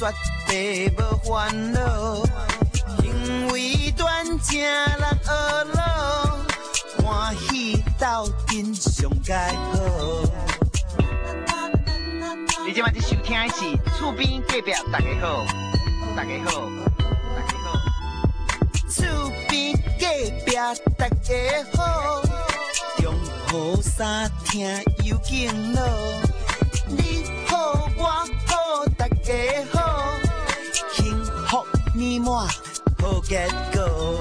地无烦恼，行为端正人学老，欢喜斗阵上该好。你即摆在收听的是厝边隔壁大家好，大家好，大家好，厝边隔壁大家好，中好三听有敬老，你好我好大家好，幸福美满好结果。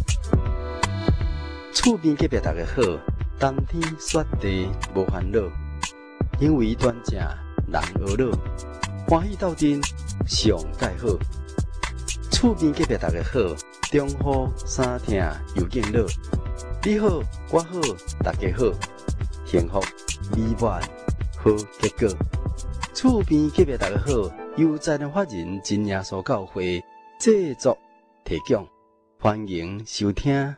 厝边隔壁大家好，冬天雪地无烦恼，行为端正人学老，欢喜斗阵上介好。厝边隔壁大家好，中好三听有敬老，你好我好大家好，幸福美满好结果。厝边隔壁大家好，由在人法人真耶稣教会制作提供，欢迎收听。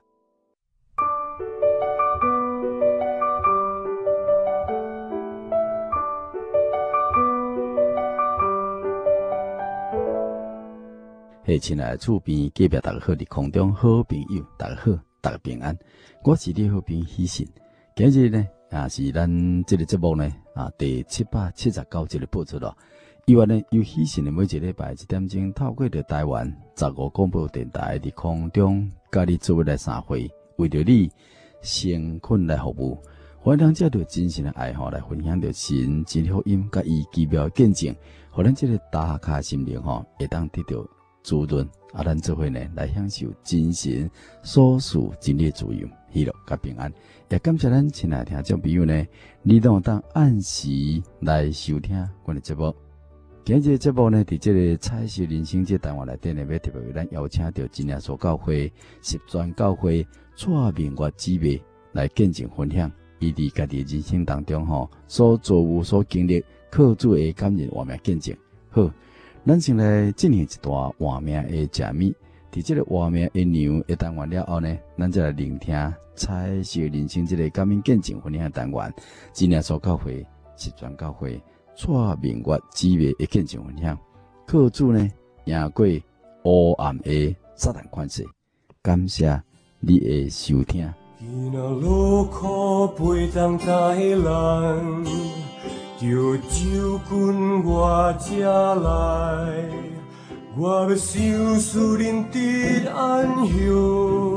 嘿，亲爱的厝边隔壁大家好，伫空中好朋友大家好，大家平安。我是你好朋友喜信。今日呢，是咱这个节目呢，第779集的播出咯。以外呢，有喜信的每一个礼拜1点钟，透过着台湾15广播电台伫空中，甲你做伙来3会，为着你诚恳来服务。欢迎借着真心的爱吼来分享着神真福音，甲伊奇妙见证，互咱这个打卡心灵吼，会当得到滋润，咱做伙呢来享受真神所赐真理自由、喜乐甲平安。也感谢咱亲爱的听众朋友呢，你都当按时来收听我的节目。今日节目呢，伫这个彩色人生这单元内底呢，要特别为咱邀请到真耶稣教会十全教会蔡明月姊妹来见证分享，伊伫家己人生当中所做有所经历，靠主的感人活命见证。好。咱先来进行一段活命的解密，伫这个活命的牛的单元了后呢，咱再来聆听彩色人生这个感恩见证分享的单元，真耶稣教会十全教会蔡明月姊妹的见证分享，靠主呢赢过黑暗的撒旦权势，感谢你的收听。 路苦背当大人。就酒君我这来，我要享受恁得安享，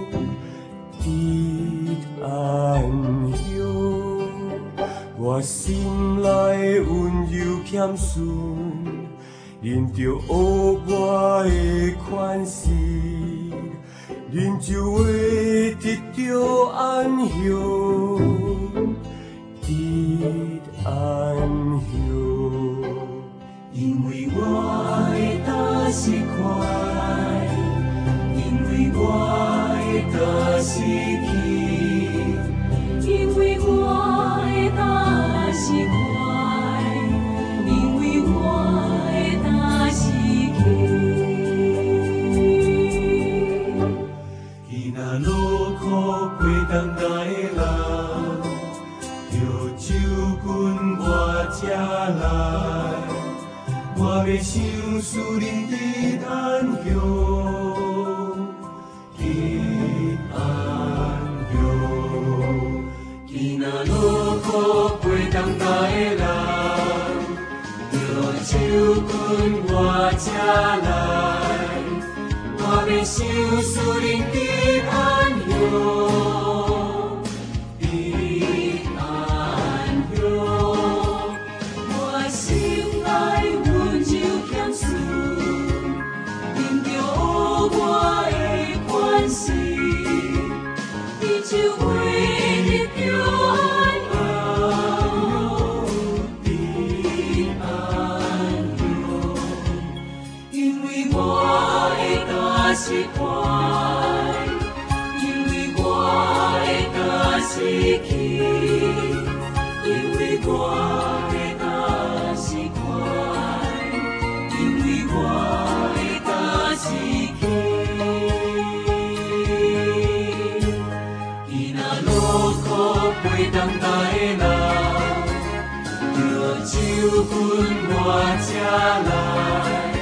得安享。我心内温柔谦逊，恁就学我的款式，恁就会得到安享。安享，因为我的答是快，因为我的答是轻，因为我的答是快，因为我的答是轻。伊若路苦背当大人。这来，我要享受恁的安享，的安享。今仔路苦背当大人，着酒君我这来，我要享受恁的安享。是快，因为我的答是轻，因为我的答是快，因为我的答是轻。伊若路苦背当大人，着酒君我这来。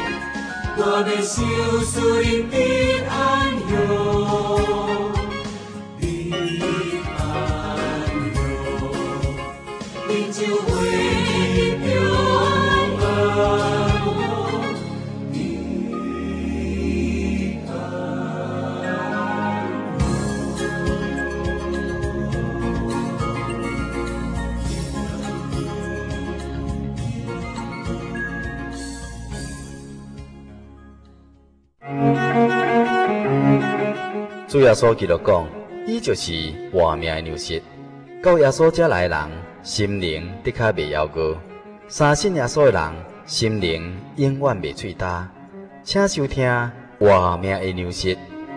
我要受属灵的安息，你安息，你就为平安，你主耶稣基督讲，伊就是活命的粮食。到耶稣遮来的人，心灵的确袂夭饿；相信耶稣的人，心灵永远袂喙焦。请收听活命的粮食。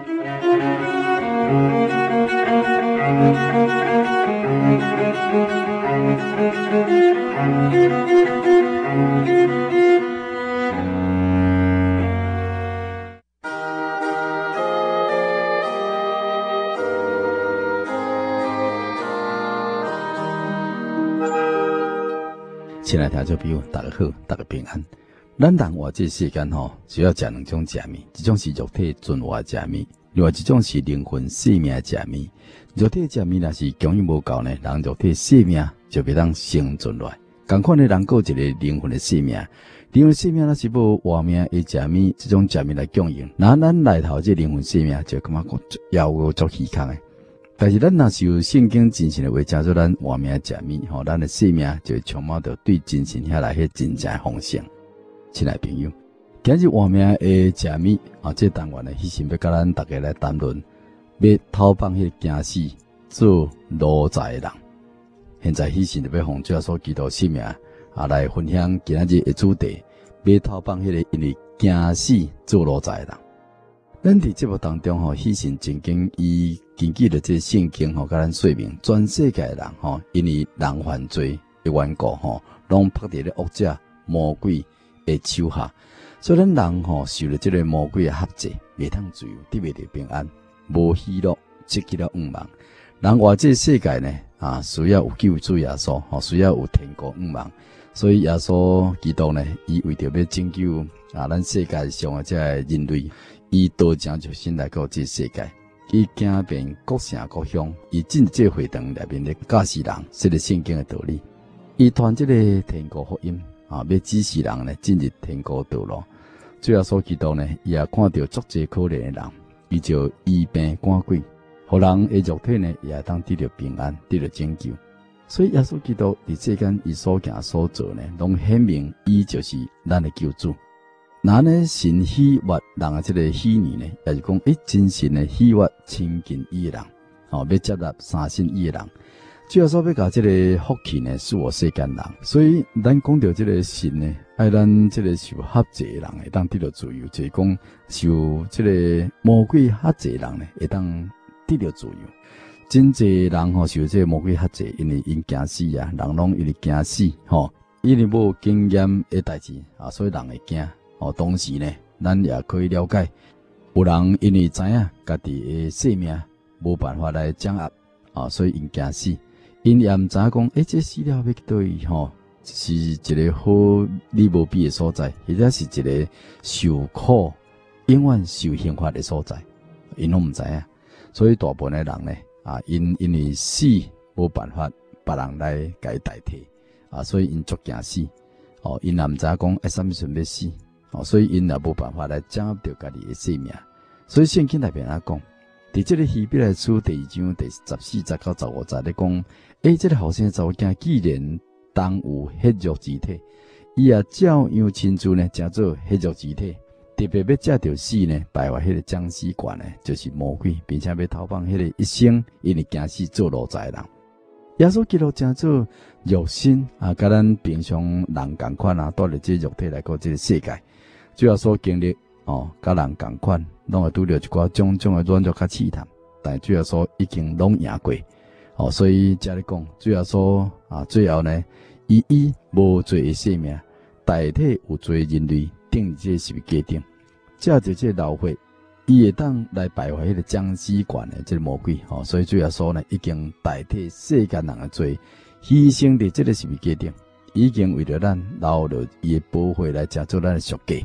亲爱的听众朋友，大家好，大家平安。咱人活这世间主要食两种食物，一种是肉体存活的食物，另外一种是灵魂生命的食物。肉体食物若是供应无够呢，人肉体生命就袂当生存落来。同款的人有一个灵魂的生命，灵魂生命若是无活命的食物，这种食物来供应，那咱内头这灵魂生命就感觉要足虚空的。但是咱若是有圣经真神的话，加做咱活命的食物，咱的生命就会充满着对真神遐来迄真正的丰盛。亲爱朋友，今日活命的食物这单元呢，迄时要甲咱大家来谈论，要偷放迄个惊死做奴才的人。现在迄时就要奉主耶稣基督性命来分享今日的主题，要偷放迄个因为惊死做奴才的人。咱伫节目当中迄时曾经伊根据着这圣经甲咱说明，全世界的人因为人犯罪的缘故拢拍伫咧恶者魔鬼的手下，所以咱人受了这个魔鬼的辖制，袂通自由，得袂着平安，无喜乐，积极了愿望。人活这世界呢需要有救主耶稣，需要有天国愿望。所以耶稣基督呢，伊为着要拯救咱世界上的这人类，伊道成就身来到这世界，伊行遍各城各乡，伊进这会堂内面咧教示人说个圣经的道理，伊传这个天国福音要指示人呢进入天国道路。主耶稣基督呢，伊也看到足侪可怜的人，伊就医病赶鬼，互人的肉体呢也当得到平安，得到拯救。所以耶稣基督伫世间伊所行所做呢，拢显明伊就是咱的救主。那呢神喜悦人的这个喜悦呢，也是讲真神的喜悦亲近伊的人，要接纳相信伊的人。主要说要甲这个福气呢，是我世间人。所以咱讲到这个神呢，爱咱这个受辖制的人会当得到自由，就是讲受这个魔鬼辖制的人呢，会当得到自由。真济人受这个魔鬼辖制，因为因惊死人拢因为惊死因为无经验的代志所以人会惊同时呢，咱也可以了解，有人因为知影家己的性命无办法来掌握所以因惊死。因也毋知影讲，这死了要去倒位是一个好理无比的所在，或者是一个受苦、永远受刑罚的所在，因拢毋知影。所以大部分的人呢因为死无办法别人来甲伊代替所以因足惊死因也毋知影讲什么时阵要死所以因也无办法来掌握着家己的性命。所以圣经内面讲，伫这个希伯来书第2章第14节到15节咧讲，这个后生查某囝既然当有血肉之体，伊也照样亲自呢，成做血肉之体。特别要借着死呢，败坏迄个将死权呢，就是魔鬼，并且要偷放迄个一生因为惊死做奴才的人。耶稣基督成做肉身甲咱平常人同款带着这肉体来到这个世界，主要所经历甲人同款，拢会拄着一寡种种的软弱甲试探，但主要所已经拢赢过所以才咧讲，主要所最后呢，以无罪的性命代替有罪人类钉这十字架顶。借着这个流血，伊会当来败坏迄个将死权的这个魔鬼所以主耶稣呢，已经代替世间人的罪，牺牲伫这个十字架顶，已经为了咱留了伊的宝血来成做咱的赎价，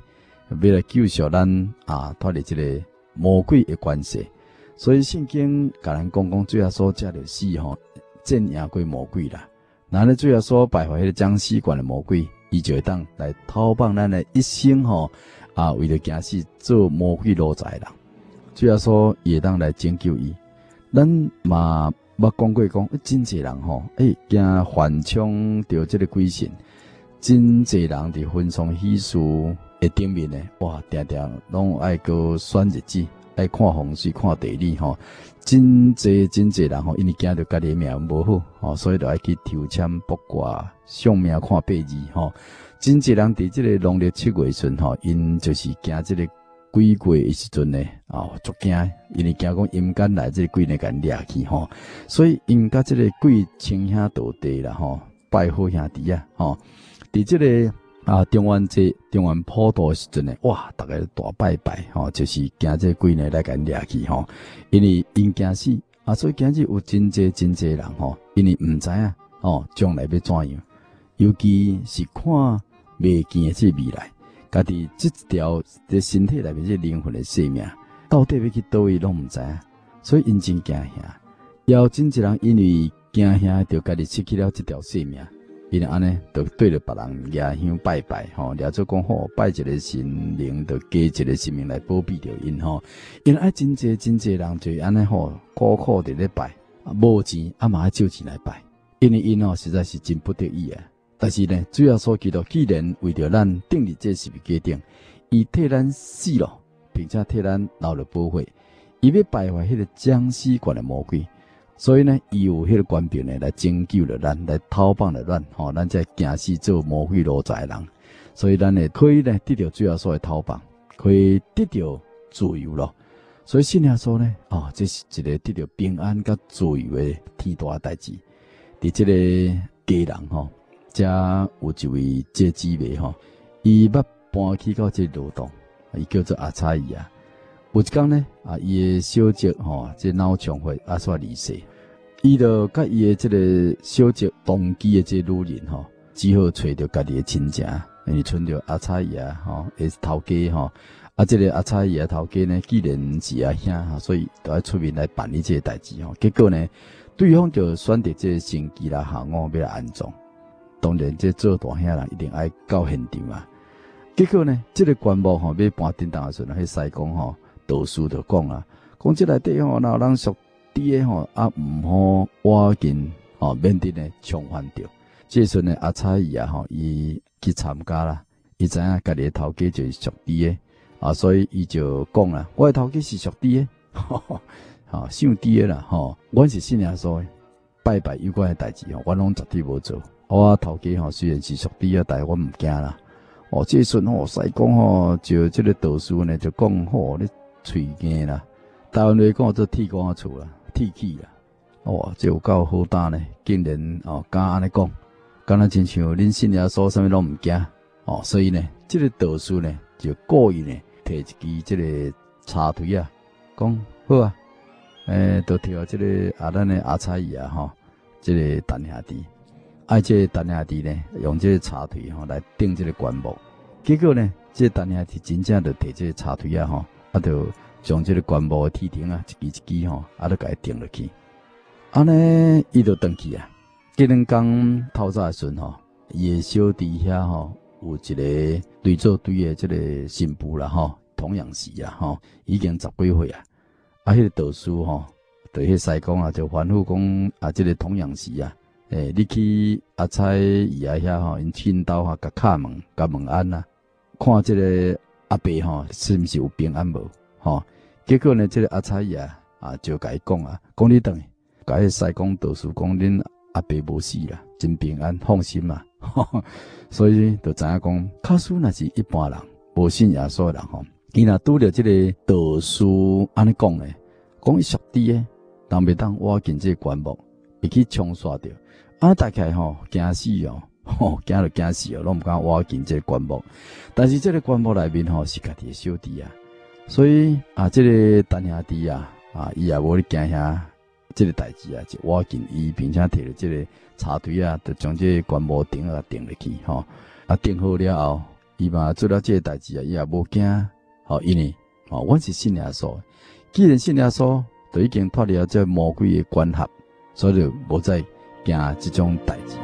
要来救赎咱脱离这个魔鬼的关系。所以圣经甲咱讲主耶稣才着死吼，战赢过魔鬼啦。那咧主耶稣败坏迄个将死管的魔鬼，伊就会当来讨帮咱的一生吼为了惊死做魔鬼奴才人。主耶稣也当来拯救伊。咱嘛捌讲过讲，真侪人吼，惊犯冲着这个鬼神，真侪人伫婚丧喜事的顶面呢，哇，定定拢爱个选日子。爱看风水、看地理吼，真侪人吼，因为惊着家己命无好吼，所以就爱去抽签卜卦、相命看八字吼。真侪人伫即个农历7月份吼，因就是惊即个鬼过的时阵呢，足惊，因为惊讲阴间来即个鬼呢甲掠去吼，所以因甲即个鬼亲兄道弟啦吼，拜好兄弟啊吼，伫即个。中元节、中元普渡时阵呢，哇，大家大拜拜吼，就是惊这鬼呢来甲掠去吼，因为因惊死所以今日有真侪人吼，因为毋知影将来要怎样，尤其是看未见的这未来，家己这条的身体内面这灵魂的生命，到底要去倒位拢毋知影，所以因真惊吓，也有真侪人因为惊吓，就家己失去了这条生命。因安尼，就对着别人压香拜拜吼，了做讲好拜一个神灵，就加一个神明来保庇着因吼。因爱真侪人就安尼吼，苦苦伫咧拜，无钱嘛爱借钱来拜，因为因实在是真不得已啊。但是呢，主要所记到，既然为着咱订立这十字架顶，伊替咱死了，并且替咱留了保护，伊要败坏迄个将死管的魔鬼。所以呢，伊有迄个官兵呢来拯救了咱，来讨帮了咱，咱才惊死做魔鬼奴才人。所以咱呢可以呢得到主要所的讨帮，可以得到自由咯。所以信耶稣呢，这是一个得到平安甲自由的天大的代志。伫这个家人遮有一位这姊妹伊捌搬去到这罗东，伊叫做阿差伊啊。有一天呢，伊的小姐这脑充血煞离世，伊就甲伊的这个小姐同居的这女人只好找到家己的亲戚，因为剩着阿差伊也是头家这个阿差伊头家呢，既然是阿兄所以就要出面来办理这个代志结果呢，对方就选择这个升级啦下午要来安葬，当然这做大兄人一定爱到现场啊。结果呢，这个棺木要搬叮当的时候，迄西公道士就讲啊，讲即内底若有人属猪的毋好挖紧免得呢冲犯着。这时呢，阿差伊伊去参加啦，伊知影家己的头家就是属猪的所以伊就讲啦，我的头家是属猪的，姓猪的啦阮是信耶稣的，拜拜有关的代志阮拢绝对无做。我头家虽然是属猪的，但我毋惊啦。这时西公就这个道士呢就讲你喙硬啦，台湾话讲做铁公厝啦，铁气啦。这有够好胆呢，竟然敢安尼讲，敢若真像恁信耶稣啥物拢毋惊所以呢，这个道士呢就故意呢摕一支这个插腿讲好啊，就跳这个咱的阿差伊这个陈兄弟。这个陈兄弟呢，用这个插腿来顶这个棺木，结果呢，这个陈兄弟真正就摕这个插腿就将这个棺木的铁钉一支就甲伊钉落去。安尼伊就回去啊。今日讲透早的时阵伊的小弟遐有一个对做对的这个新妇啦童养媳已经10几岁啊。迄个道士对迄西公就吩咐讲这个童养媳你去阿差伊遐因亲兜甲敲门，甲问安看这个阿伯是毋是有平安无结果呢，这个阿差伊就甲伊讲讲你等，甲迄西公道士讲恁阿伯无死啦，真平安，放心啦所以就知影讲，假使若是一般人无信耶稣的人伊若拄着这个道士安尼讲咧，讲伊属猪的，人袂当挖进这个棺木，会去冲刷掉。大概惊死惊就惊死拢毋敢挖进这个棺木。但是这个棺木内面是家己的小弟所以这个陈兄弟伊也无咧惊吓这个代志就挖进伊，并且摕了这个插腿就将这个棺木钉钉落去钉好了后， 伊嘛做了这个代志啊，伊也无惊，因为阮是信耶稣，既然信耶稣，就已经脱离了这魔鬼的管辖，所以就无再惊这种代志。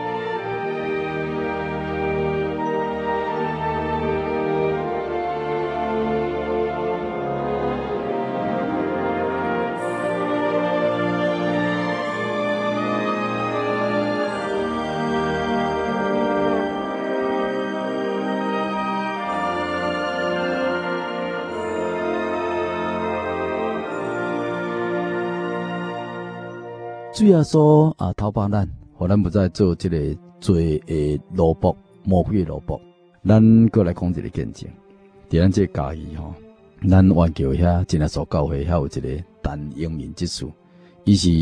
主耶稣讨帮咱，互咱不再做这个罪的奴仆，魔鬼的奴仆。咱过来讲一个见证，伫咱这家己咱湾桥遐真耶稣教会遐有一个陈英明执事，伊是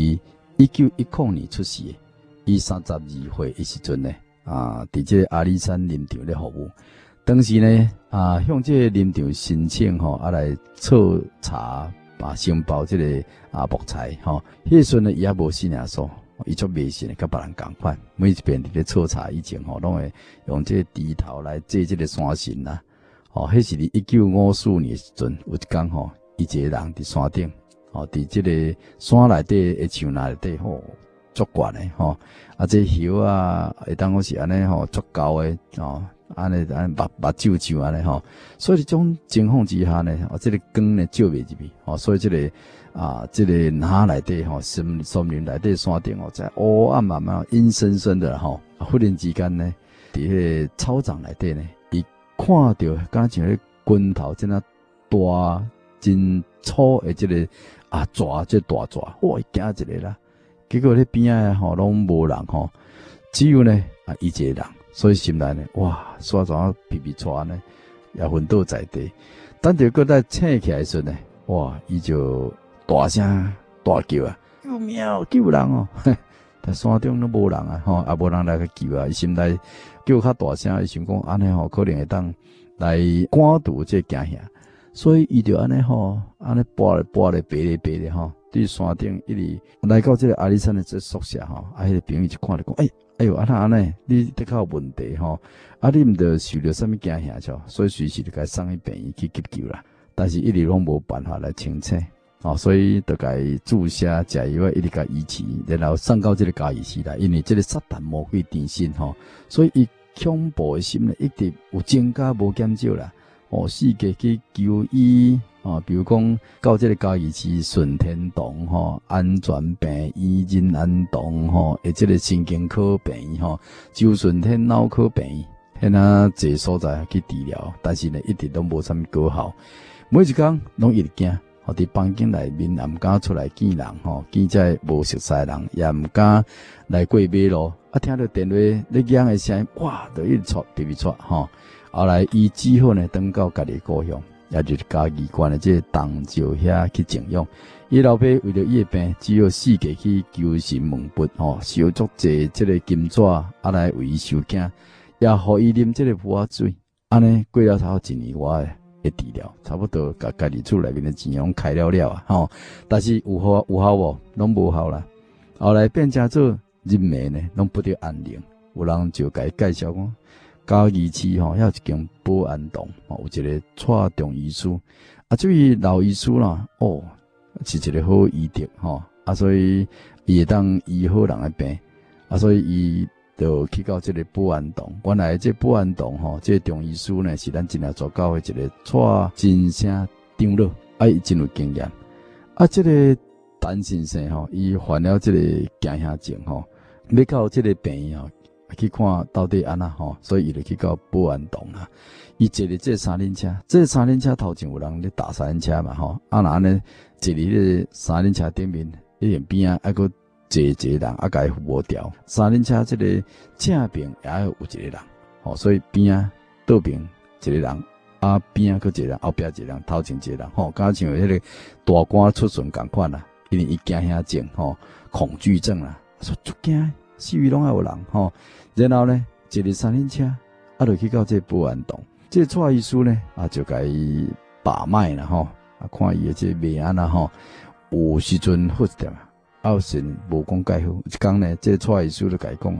1910年出世的，伊32岁的时阵呢，伫这个阿里山林场咧服务。当时呢，向这个林场申请来测查。承包这个木材迄时呢伊也无信耶稣，伊足迷信的，甲别人共款。每一遍伫咧测查以前拢会用这个猪头来祭这个山神啦。迄是伫1954年的时阵，有一天伊一个人伫山顶，伫这个山内底的树林内底足悬的这叶会当讲是安尼足高的安尼目睭睭安尼所以这种情况之下呢，这个光呢照袂入去所以这个这个哪内底森林内底山顶在黑暗慢慢阴森森的忽然之间呢，伫迄个草丛内底呢，伊看到敢像迄拳头真啊大真粗的这个蛇，这大蛇，哇，伊惊一个啦。结果咧边仔拢无人只有呢伊一个人。所以心内呢，哇，刷怎皮皮喘呢，也昏倒在地。等到搁再醒起来时呢，哇，伊就大声大叫救命救人但山中都无人也无人来去救伊心内叫较大声，伊想讲安尼可能会当来赶渡这惊吓，所以伊就安尼安尼爬咧爬咧爬咧爬咧对山顶一直来到这个阿里山的这宿舍迄个朋友就看着讲哎呦，安尼，你得较有问题你毋着受着啥物惊吓所以随时就该送去病院去急救啦。但是一直拢无办法来清醒所以就该注射食药一直甲医治，然后送到这个家医室来，因为这个撒旦魔鬼缠身所以伊恐怖的心呢一直有增加无减少啦世界去求医比如讲到这个嘉义市顺天堂安全病医仁安堂这个神经科病院周顺天脑科病院，遐济所在去治疗，但是呢一直都无啥物果效。每一天拢一直惊伫房间内面也毋敢出来见人见这无熟悉人，也毋敢来过马路听到电话咧响的声音，哇，就一直出皮皮出后来伊只好呢转到家己故乡，也就是嘉义县的这个东石遐去静养。伊老爸为了伊的病，只好四界去求神问卜烧足济这个金纸来为伊收惊，也互伊啉这个普洱水。安尼过了差不多1年外的治疗，差不多甲家己厝内面的钱拢开了但是有效无？拢无效啦。后来变成做人迷呢，拢不得安宁。有人就甲伊介绍讲，嘉义市遐有一间保安堂有一个蔡中医师这位老医师啦是一个好医德所以伊会当医好人的病所以伊就去到这个保安堂。原来这保安堂这个中医师呢是咱真来做教的一个蔡金生长老伊真有经验这个陈先生伊患了这个惊吓症要到这个病院去看到底安那所以伊就去到保安堂啦。伊坐咧这三轮车，这三轮车头前有人咧打三轮车嘛然后呢坐咧这三轮车顶面，迄边还佫坐一个人甲伊扶无掉。三轮车这个正边也有一个人所以边倒边一个人边佫一个人，后壁一个人，头前一个人敢像迄个大官出巡共款啦。因为伊惊吓症恐惧症啦，说足惊，四围拢还有人然后呢，一个三轮车就去到这保安堂。这蔡医师呢就甲伊把脉啦看伊的这脉安啦有时阵好一点有时无讲介好。一天呢，这蔡医师就甲伊讲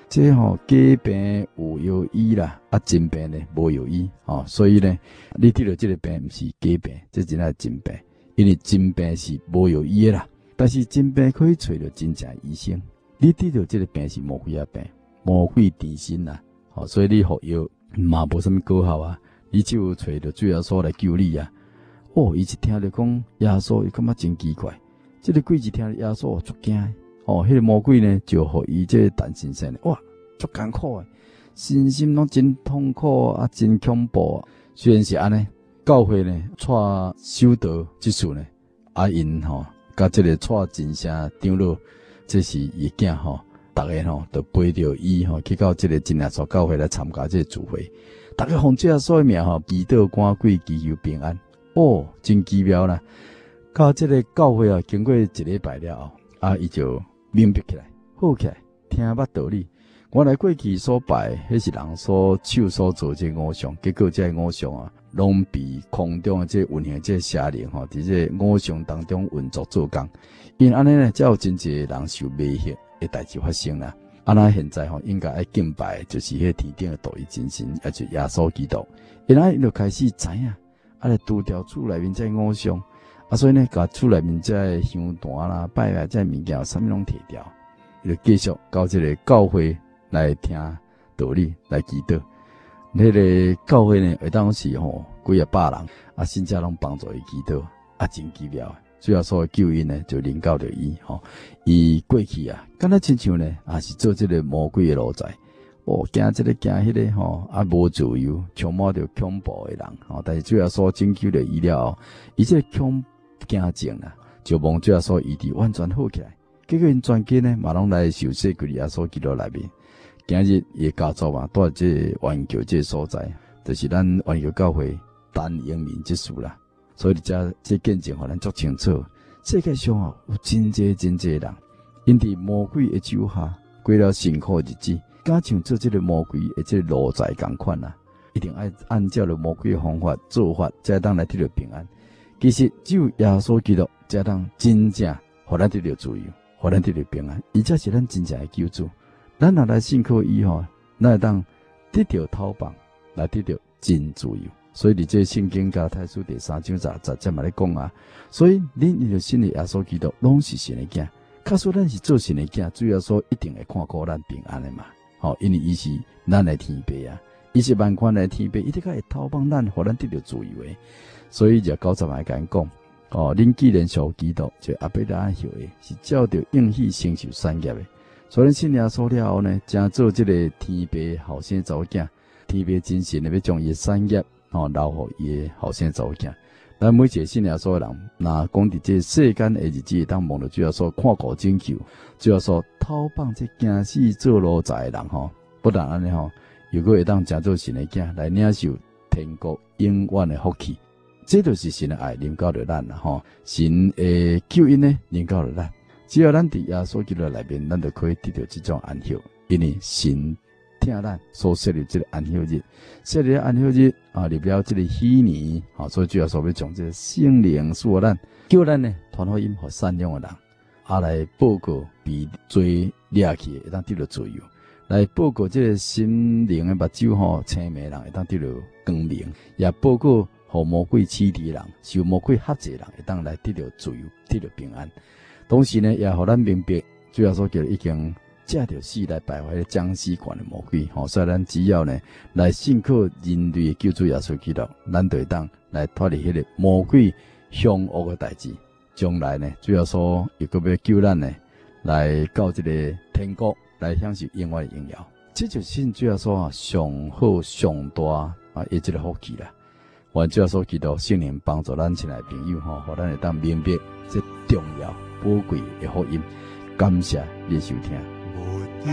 这假病有药医啦，真病呢无药医所以呢，你得了这个病不是假病，这真系真病，因为真病是无药医的啦。但是真病可以找到真正医生，你得了这个病是魔鬼病，魔鬼缠身啦，所以你服药嘛无什么果效啊，你只有找到主耶稣来救你啊。伊一听到讲耶稣，伊感觉真奇怪，这个鬼一听到耶稣足惊迄个魔鬼呢就互伊这担心神哇，足艰苦诶，身心拢真痛苦真恐怖啊。虽然是安尼，教会呢带修道即事呢，因甲这个带真声长老，这是伊囝逐个都陪着伊去到这个真耶稣教会来参加这个聚会，逐个奉主耶稣的名祈祷赶鬼，祈求平安。真奇妙啦！到这个教会经过一礼拜了后，伊就明白起来，好起来，听捌道理。原来过去所拜，迄是人手所做这偶像，结果这偶像拢被空中的这运行这邪灵伫这偶像当中运作做工。因安尼呢，才有真侪人受迷惑的代志发生啦。那现在应该爱敬拜，就是迄天顶的独一真神，也就耶稣基督。因伊就开始知影。来除掉厝内面这偶像，所以呢，甲厝内面这香坛啦、拜拜这物件，啥物拢摕掉，就继续到这个教会来听道理，来祈祷。那个教会呢，会当是几百人，甚至拢帮助伊祈祷，真奇妙。主要所救因呢，就临到着伊伊过去敢若亲像呢，也是做这个魔鬼的路在。惊这个惊迄个无自由，充满着恐怖的人但是主要所拯救了伊了后，伊这个恐惊症啦，就望主要所医治完全好起来。结果因全家呢，嘛拢来受洗归耶稣基督内面。今日伊家族住这环球这所在，就是咱环球教会单英民之属啦。所以这见证互咱足清楚，世界上有真济人，因伫魔鬼的手下过了辛苦日子。敢像做这个魔鬼的这个路在同款一定要按照了魔鬼的方法做法，才当来得到平安。其实只有耶稣基督才当真正互咱得到自由，互咱得到平安，伊才是咱真正的救主。咱若来信靠伊咱会当得到逃亡，来得到真自由。所以伫这圣经加太书第3章10节嘛咧讲所以恁就信的耶稣基督拢是神的囝，假说咱是做神的囝，主要说一定会看顾咱平安的嘛。因为伊是咱的天父伊是万权的天父，伊得会逃帮咱，互咱得到自由的。所以就90来甲讲恁既然属基督，就阿伯拉后的是照着应许承受产业的。所以信耶稣了后呢，正做这个天父后生查某囝，天父真神的要将伊的产业留互伊的后生查某囝。咱每一个信耶稣的人，若讲伫这世间的日子，当望到主要说看顾拯救，主要说逃放这惊死做奴才的人不但安尼如果会当真做神的囝来领受天国永远的福气，这就是神的爱临到着咱啦神的救恩呢临到着咱，只要咱伫耶稣基督内面，咱就可以得到这种安息，因为神听咱所设立这个安息日，设立安息日入了这个喜年所以主要说要将这个圣灵赐予咱，叫咱呢传福音给善良的人，来报告被罪掠去会当得到自由，来报告这个心灵的目睭青迷人会当得到光明，也报告互魔鬼欺敌人、受魔鬼辖制人会当来得到自由、得到平安。同时呢，也互咱明白，主要说叫已经借着死来败坏将死权的魔鬼所以咱只要呢来信靠人类的救主耶稣基督，咱就会当来脱离迄个魔鬼凶恶的代志。将来呢，主要说又搁要救咱呢，来到这个天国来享受永远的荣耀。这就是信主要说上好上大的这个福气啦。愿主要说基督圣灵帮助咱亲爱的朋友互咱会当明白这重要宝贵的福音。感谢你收听。 为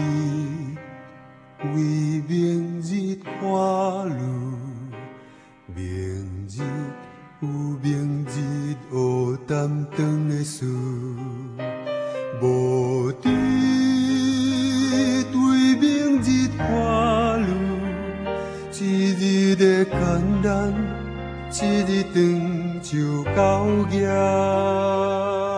明日看路，明日有明日黑淡长的事，无对明日看路，一日的简单，一日长就到夜。